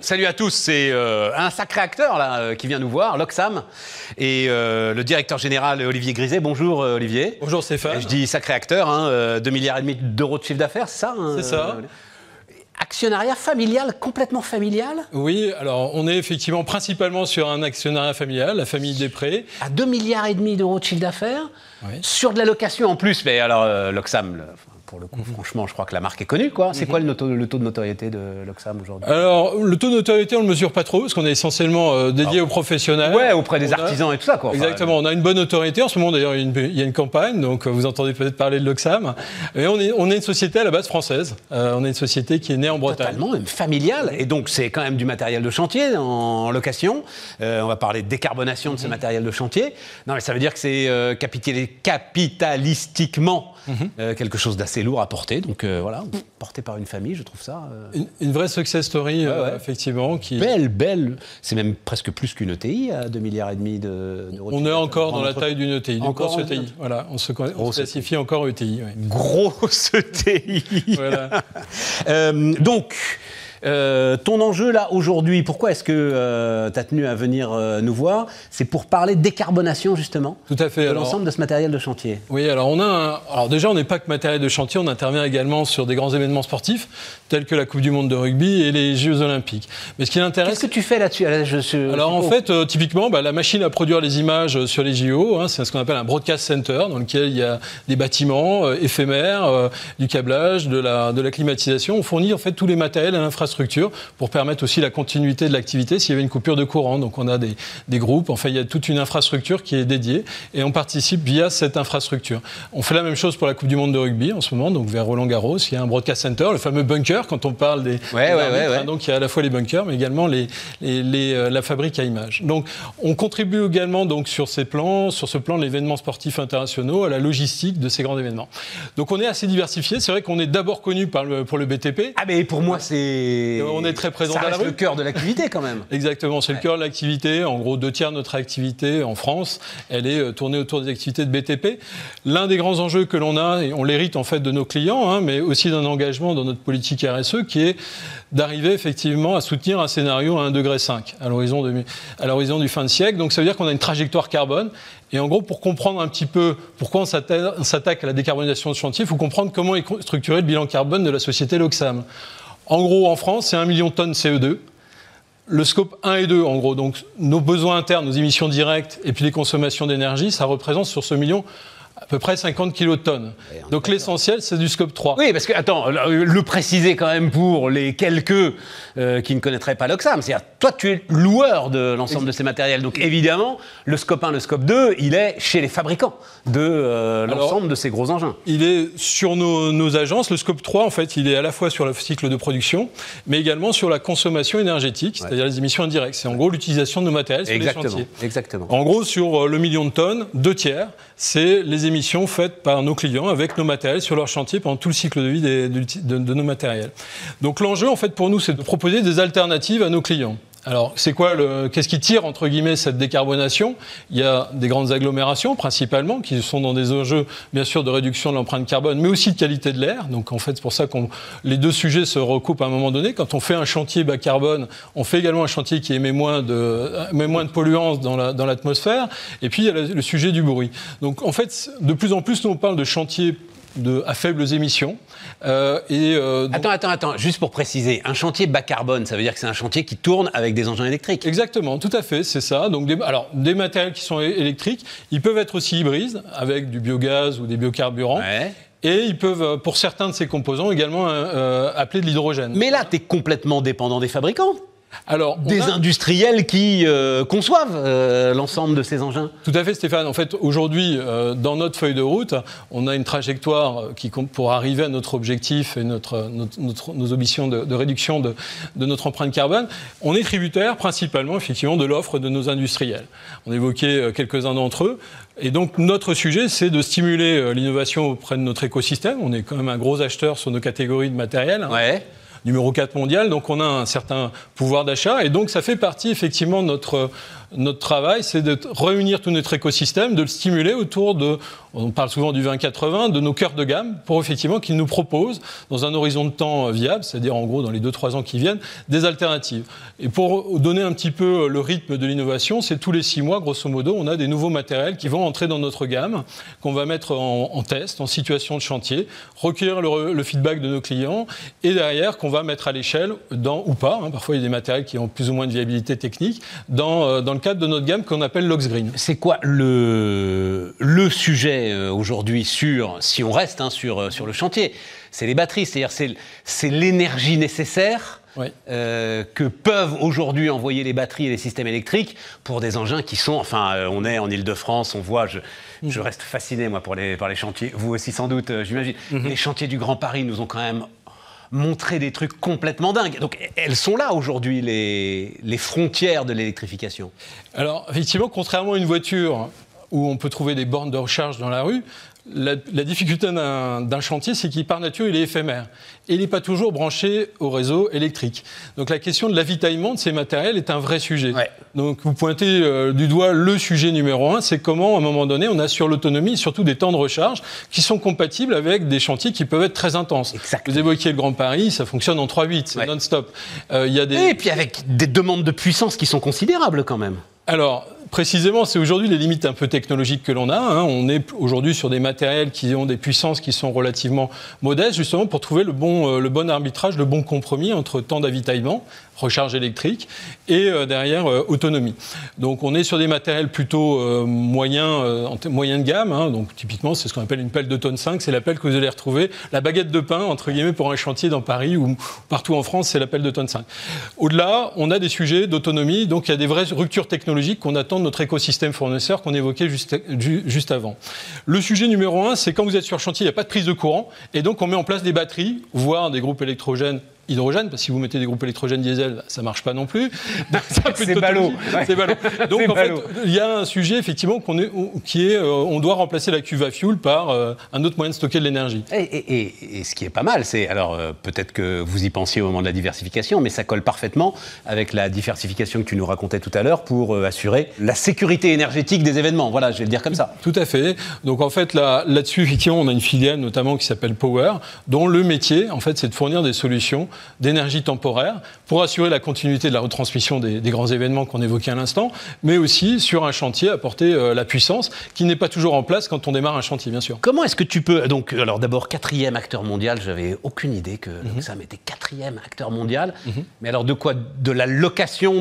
salut à tous. C'est un sacré acteur là qui vient nous voir, l'Oxam, et le directeur général Olivier Griset. Bonjour Olivier. Bonjour Stéphane. Je dis sacré acteur, hein, 2,5 milliards d'euros de chiffre d'affaires, c'est ça C'est ça. Actionnariat familial, complètement familial? Oui, alors on est effectivement principalement sur un actionnariat familial, la famille Després. À 2,5 milliards d'euros de chiffre d'affaires, Oui. sur de la location en plus. Mais alors l'Oxam, pour le coup, franchement, je crois que la marque est connue, quoi. C'est quoi le taux de notoriété de l'Oxam aujourd'hui? Alors, le taux de notoriété, on ne le mesure pas trop, parce qu'on est essentiellement dédié aux professionnels. Ouais, auprès des artisans et tout ça, quoi. Enfin, exactement, on a une bonne notoriété. En ce moment, d'ailleurs, il y a une campagne, donc vous entendez peut-être parler de l'Oxam. Et on est une société à la base française. On est une société qui est née en Bretagne. Totalement, même familiale. Et donc, c'est quand même du matériel de chantier en location. On va parler de décarbonation de ce matériel de chantier. Non, mais ça veut dire que c'est capitalistiquement quelque chose d'assez lourd à porter. Donc, voilà, porté par une famille, je trouve ça... Une vraie success story, effectivement. Belle. C'est même presque plus qu'une ETI à 2,5 milliards d'euros. On est encore dans la taille d'une ETI, d'une grosse ETI. Voilà, on se classifie encore ETI. Oui. Grosse ETI. Voilà. Donc, ton enjeu là aujourd'hui, pourquoi est-ce que tu as tenu à venir nous voir? C'est pour parler de décarbonation justement. Tout à fait. De l'ensemble de ce matériel de chantier. Oui, alors alors déjà on n'est pas que matériel de chantier, on intervient également sur des grands événements sportifs tels que la Coupe du Monde de rugby et les Jeux Olympiques. Mais ce qui l'intéresse. Qu'est-ce que tu fais là-dessus? Alors en fait, typiquement, la machine à produire les images sur les JO, c'est ce qu'on appelle un broadcast center, dans lequel il y a des bâtiments éphémères, du câblage, de la climatisation. On fournit en fait tous les matériels à l'infrastructure pour permettre aussi la continuité de l'activité s'il y avait une coupure de courant. Donc on a des groupes, enfin il y a toute une infrastructure qui est dédiée et on participe via cette infrastructure. On fait la même chose pour la Coupe du Monde de rugby en ce moment, donc vers Roland-Garros, il y a un broadcast center, le fameux bunker quand on parle des arbitres. Donc il y a à la fois les bunkers mais également la fabrique à images. Donc on contribue également donc sur ce plan de l'événement sportif internationaux à la logistique de ces grands événements. Donc on est assez diversifié, c'est vrai qu'on est d'abord connu pour le BTP. Ah mais pour moi on est très présent dans la rue. C'est le cœur de l'activité quand même. Exactement, c'est le cœur de l'activité. En gros, 2/3 de notre activité en France, elle est tournée autour des activités de BTP. L'un des grands enjeux que l'on a, et on l'hérite en fait de nos clients, mais aussi d'un engagement dans notre politique RSE, qui est d'arriver effectivement à soutenir un scénario à 1,5 degré à l'horizon du fin de siècle. Donc ça veut dire qu'on a une trajectoire carbone. Et en gros, pour comprendre un petit peu pourquoi on s'attaque à la décarbonisation de chantier, il faut comprendre comment est structuré le bilan carbone de la société l'Oxam. En gros, en France, c'est 1 million de tonnes CO2. Le scope 1 et 2, en gros, donc nos besoins internes, nos émissions directes et puis les consommations d'énergie, ça représente sur ce million à peu près 50 kilotonnes. Donc l'essentiel, c'est du scope 3. Oui, parce que, attends, le préciser quand même pour les quelques qui ne connaîtraient pas l'Oxam. C'est-à-dire, toi, tu es loueur de l'ensemble de ces matériels. Donc évidemment, le scope 1, le scope 2, il est chez les fabricants de l'ensemble de ces gros engins. Il est sur nos agences. Le scope 3, en fait, il est à la fois sur le cycle de production, mais également sur la consommation énergétique, c'est-à-dire les émissions indirectes. C'est en gros l'utilisation de nos matériels sur les chantiers. Exactement. En gros, sur le million de tonnes, 2/3, c'est les émissions faites par nos clients avec nos matériels sur leur chantier pendant tout le cycle de vie de nos matériels. Donc l'enjeu, en fait, pour nous, c'est de proposer des alternatives à nos clients. Alors, qu'est-ce qui tire, entre guillemets, cette décarbonation? Il y a des grandes agglomérations, principalement, qui sont dans des enjeux, bien sûr, de réduction de l'empreinte carbone, mais aussi de qualité de l'air. Donc, en fait, c'est pour ça que les deux sujets se recoupent à un moment donné. Quand on fait un chantier bas carbone, on fait également un chantier qui émet moins de polluants dans l'atmosphère. Et puis, il y a le sujet du bruit. Donc, en fait, de plus en plus, nous, on parle de chantiers à faibles émissions. Attends, juste pour préciser, un chantier bas carbone, ça veut dire que c'est un chantier qui tourne avec des engins électriques? Exactement, tout à fait, c'est ça. Donc des matériels qui sont électriques, ils peuvent être aussi hybrides, avec du biogaz ou des biocarburants. Ouais. Et ils peuvent, pour certains de ces composants, également appeler de l'hydrogène. Mais là, tu es complètement dépendant des fabricants. Alors, des industriels qui conçoivent l'ensemble de ces engins. Tout à fait, Stéphane. En fait, aujourd'hui, dans notre feuille de route, on a une trajectoire pour arriver à notre objectif et nos ambitions de réduction de notre empreinte carbone. On est tributaire principalement, effectivement, de l'offre de nos industriels. On évoquait quelques-uns d'entre eux. Et donc, notre sujet, c'est de stimuler l'innovation auprès de notre écosystème. On est quand même un gros acheteur sur nos catégories de matériel. Ouais. Numéro 4 mondial, donc on a un certain pouvoir d'achat et donc ça fait partie effectivement de notre travail, c'est de réunir tout notre écosystème, de le stimuler autour de, on parle souvent du 20-80, de nos cœurs de gamme, pour effectivement qu'ils nous proposent, dans un horizon de temps viable, c'est-à-dire en gros dans les 2-3 ans qui viennent, des alternatives. Et pour donner un petit peu le rythme de l'innovation, c'est tous les 6 mois, grosso modo, on a des nouveaux matériels qui vont entrer dans notre gamme, qu'on va mettre en test, en situation de chantier, recueillir le feedback de nos clients, et derrière qu'on va mettre à l'échelle, ou pas, parfois il y a des matériels qui ont plus ou moins de viabilité technique, dans le cadre de notre gamme qu'on appelle l'Oxgreen. C'est quoi le sujet aujourd'hui si on reste sur le chantier? C'est les batteries, c'est-à-dire c'est l'énergie nécessaire que peuvent aujourd'hui envoyer les batteries et les systèmes électriques pour des engins qui sont, on est en Ile-de-France, on voit, je reste fasciné moi par les chantiers, vous aussi sans doute, j'imagine. Les chantiers du Grand Paris nous ont quand même montré des trucs complètement dingues. Donc elles sont là aujourd'hui, les frontières de l'électrification. Alors effectivement, contrairement à une voiture où on peut trouver des bornes de recharge dans la rue, la difficulté d'un chantier, c'est qu'il, par nature, il est éphémère. Et il n'est pas toujours branché au réseau électrique. Donc la question de l'avitaillement de ces matériels est un vrai sujet. Ouais. Donc vous pointez du doigt le sujet numéro 1, c'est comment, à un moment donné, on assure l'autonomie, et surtout des temps de recharge qui sont compatibles avec des chantiers qui peuvent être très intenses. Exactement. Vous évoquiez le Grand Paris, ça fonctionne en 3/8, c'est non-stop. Et puis avec des demandes de puissance qui sont considérables quand même. Alors, précisément, c'est aujourd'hui les limites un peu technologiques que l'on a. On est aujourd'hui sur des matériels qui ont des puissances qui sont relativement modestes, justement pour trouver le bon arbitrage, le bon compromis entre temps d'avitaillement, recharge électrique, et derrière autonomie. Donc on est sur des matériels plutôt moyens de gamme. Donc typiquement, c'est ce qu'on appelle une pelle de tonne 5, c'est la pelle que vous allez retrouver, la baguette de pain, entre guillemets, pour un chantier dans Paris ou partout en France, c'est la pelle de tonne 5. Au-delà, on a des sujets d'autonomie, donc il y a des vraies ruptures technologiques qu'on attend de notre écosystème fournisseur qu'on évoquait juste avant. Le sujet numéro 1, c'est quand vous êtes sur chantier, il n'y a pas de prise de courant, et donc on met en place des batteries, voire des groupes électrogènes hydrogène, parce que si vous mettez des groupes électrogènes diesel, ça marche pas non plus. C'est ballot. C'est ballot. Donc en fait, il y a un sujet effectivement on doit remplacer la cuve à fuel par un autre moyen de stocker de l'énergie. Et ce qui est pas mal, c'est peut-être que vous y pensiez au moment de la diversification, mais ça colle parfaitement avec la diversification que tu nous racontais tout à l'heure pour assurer la sécurité énergétique des événements. Voilà, je vais le dire comme ça. Tout à fait. Donc en fait là-dessus, effectivement, on a une filiale notamment qui s'appelle Power, dont le métier, en fait, c'est de fournir des solutions d'énergie temporaire pour assurer la continuité de la retransmission des grands événements qu'on évoquait à l'instant, mais aussi sur un chantier apporter la puissance qui n'est pas toujours en place quand on démarre un chantier, bien sûr. Comment est-ce que tu peux... Donc, alors d'abord, 4e acteur mondial, j'avais aucune idée que Loxam était 4e acteur mondial. Mais alors de quoi? De la location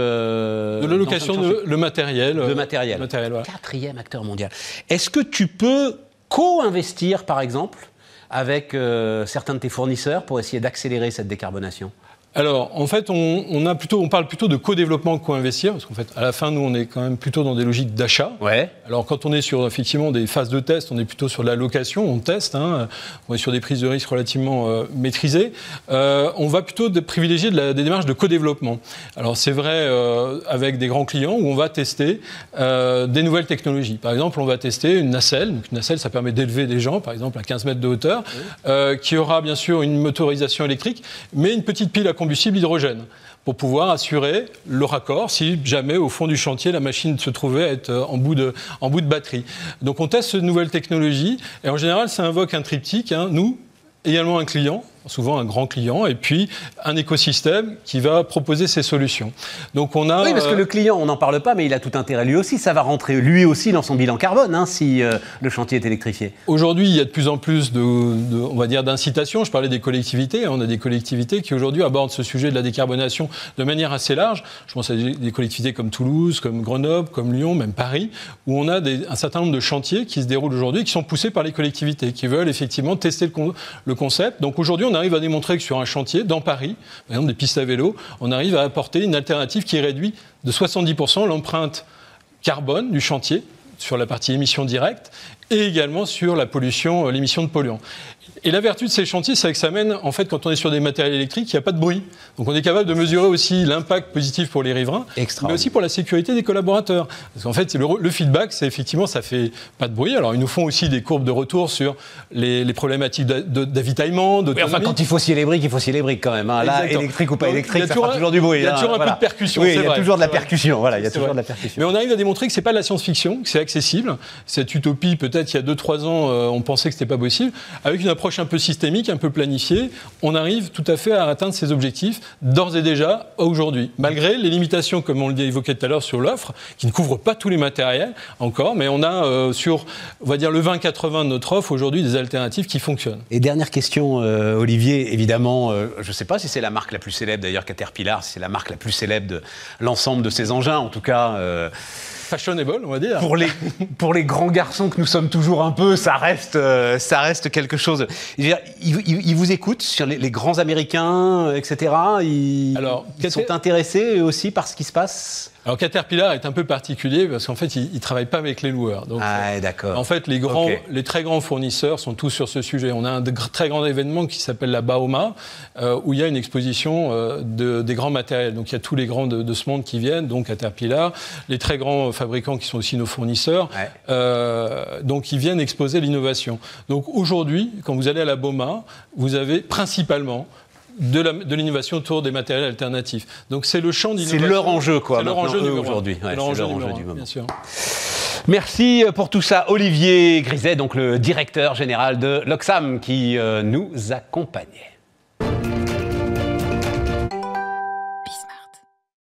de la location de matériel. De matériel. Voilà. 4e acteur mondial. Est-ce que tu peux co-investir, par exemple, avec certains de tes fournisseurs pour essayer d'accélérer cette décarbonation? Alors, en fait, on parle plutôt de co-développement que co-investir, parce qu'en fait, à la fin, nous, on est quand même plutôt dans des logiques d'achat. Ouais. Alors, quand on est sur, effectivement, des phases de test, on est plutôt sur de la location, on teste, on est sur des prises de risque relativement maîtrisées. On va plutôt privilégier des démarches de co-développement. Alors, c'est vrai avec des grands clients où on va tester des nouvelles technologies. Par exemple, on va tester une nacelle. Donc, une nacelle, ça permet d'élever des gens, par exemple, à 15 mètres de hauteur, qui aura, bien sûr, une motorisation électrique, mais une petite pile à combustible hydrogène pour pouvoir assurer le raccord si jamais au fond du chantier la machine se trouvait être en bout de batterie. Donc on teste cette nouvelle technologie et en général ça invoque un triptyque, nous, également un client, souvent un grand client, et puis un écosystème qui va proposer ces solutions. Donc on a... Oui, parce que le client, on n'en parle pas, mais il a tout intérêt lui aussi. Ça va rentrer lui aussi dans son bilan carbone, si le chantier est électrifié. Aujourd'hui, il y a de plus en plus on va dire, d'incitations. Je parlais des collectivités. On a des collectivités qui aujourd'hui abordent ce sujet de la décarbonation de manière assez large. Je pense à des collectivités comme Toulouse, comme Grenoble, comme Lyon, même Paris, où on a un certain nombre de chantiers qui se déroulent aujourd'hui, qui sont poussés par les collectivités, qui veulent effectivement tester le concept. Donc aujourd'hui, on arrive à démontrer que sur un chantier, dans Paris, par exemple des pistes à vélo, on arrive à apporter une alternative qui réduit de 70% l'empreinte carbone du chantier sur la partie émission directe et également sur la pollution, l'émission de polluants. Et la vertu de ces chantiers, c'est que ça mène, en fait, quand on est sur des matériels électriques, il n'y a pas de bruit. Donc on est capable de mesurer aussi l'impact positif pour les riverains, mais aussi pour la sécurité des collaborateurs. Parce qu'en fait, le feedback, c'est effectivement, ça fait pas de bruit. Alors ils nous font aussi des courbes de retour sur les problématiques d'avitaillement, d'autonomie. Oui, enfin, quand il faut scier les briques quand même. Hein. Là, électrique ou pas électrique, ça fera toujours du bruit. Il y a toujours un peu de percussion. Oui, il y a toujours de la percussion. Voilà, il y a toujours de la percussion. Mais on arrive à démontrer que c'est pas de la science-fiction, que c'est accessible. Cette utopie, peut-être il y a 2-3 ans, on pensait que c'était pas possible. Avec une approche un peu systémique, un peu planifié, on arrive tout à fait à atteindre ces objectifs d'ores et déjà aujourd'hui. Malgré les limitations, comme on le évoquait tout à l'heure, sur l'offre, qui ne couvre pas tous les matériels encore, mais on a sur, on va dire, le 20-80 de notre offre aujourd'hui des alternatives qui fonctionnent. Et dernière question, Olivier, évidemment, je ne sais pas si c'est la marque la plus célèbre d'ailleurs Caterpillar, si c'est la marque la plus célèbre de l'ensemble de ces engins, en tout cas... fashionable, on va dire. Pour les grands garçons que nous sommes toujours un peu, ça reste quelque chose. Ils vous écoutent sur les grands Américains, etc. Ils sont intéressés eux aussi par ce qui se passe. Alors Caterpillar est un peu particulier parce qu'en fait, il travaille pas avec les loueurs. Donc, d'accord. En fait, les très grands fournisseurs sont tous sur ce sujet. On a un très grand événement qui s'appelle la Bauma, où il y a une exposition des grands matériels. Donc il y a tous les grands de ce monde qui viennent, donc Caterpillar, les très grands fabricants qui sont aussi nos fournisseurs. Donc ils viennent exposer l'innovation. Donc aujourd'hui, quand vous allez à la Bauma, vous avez principalement de l'innovation autour des matériels alternatifs. Donc c'est le champ d'innovation. C'est leur enjeu, quoi. C'est leur enjeu aujourd'hui. C'est leur enjeu du moment. Bien sûr. Merci pour tout ça, Olivier Griset, donc le directeur général de l'Oxam, qui nous accompagnait.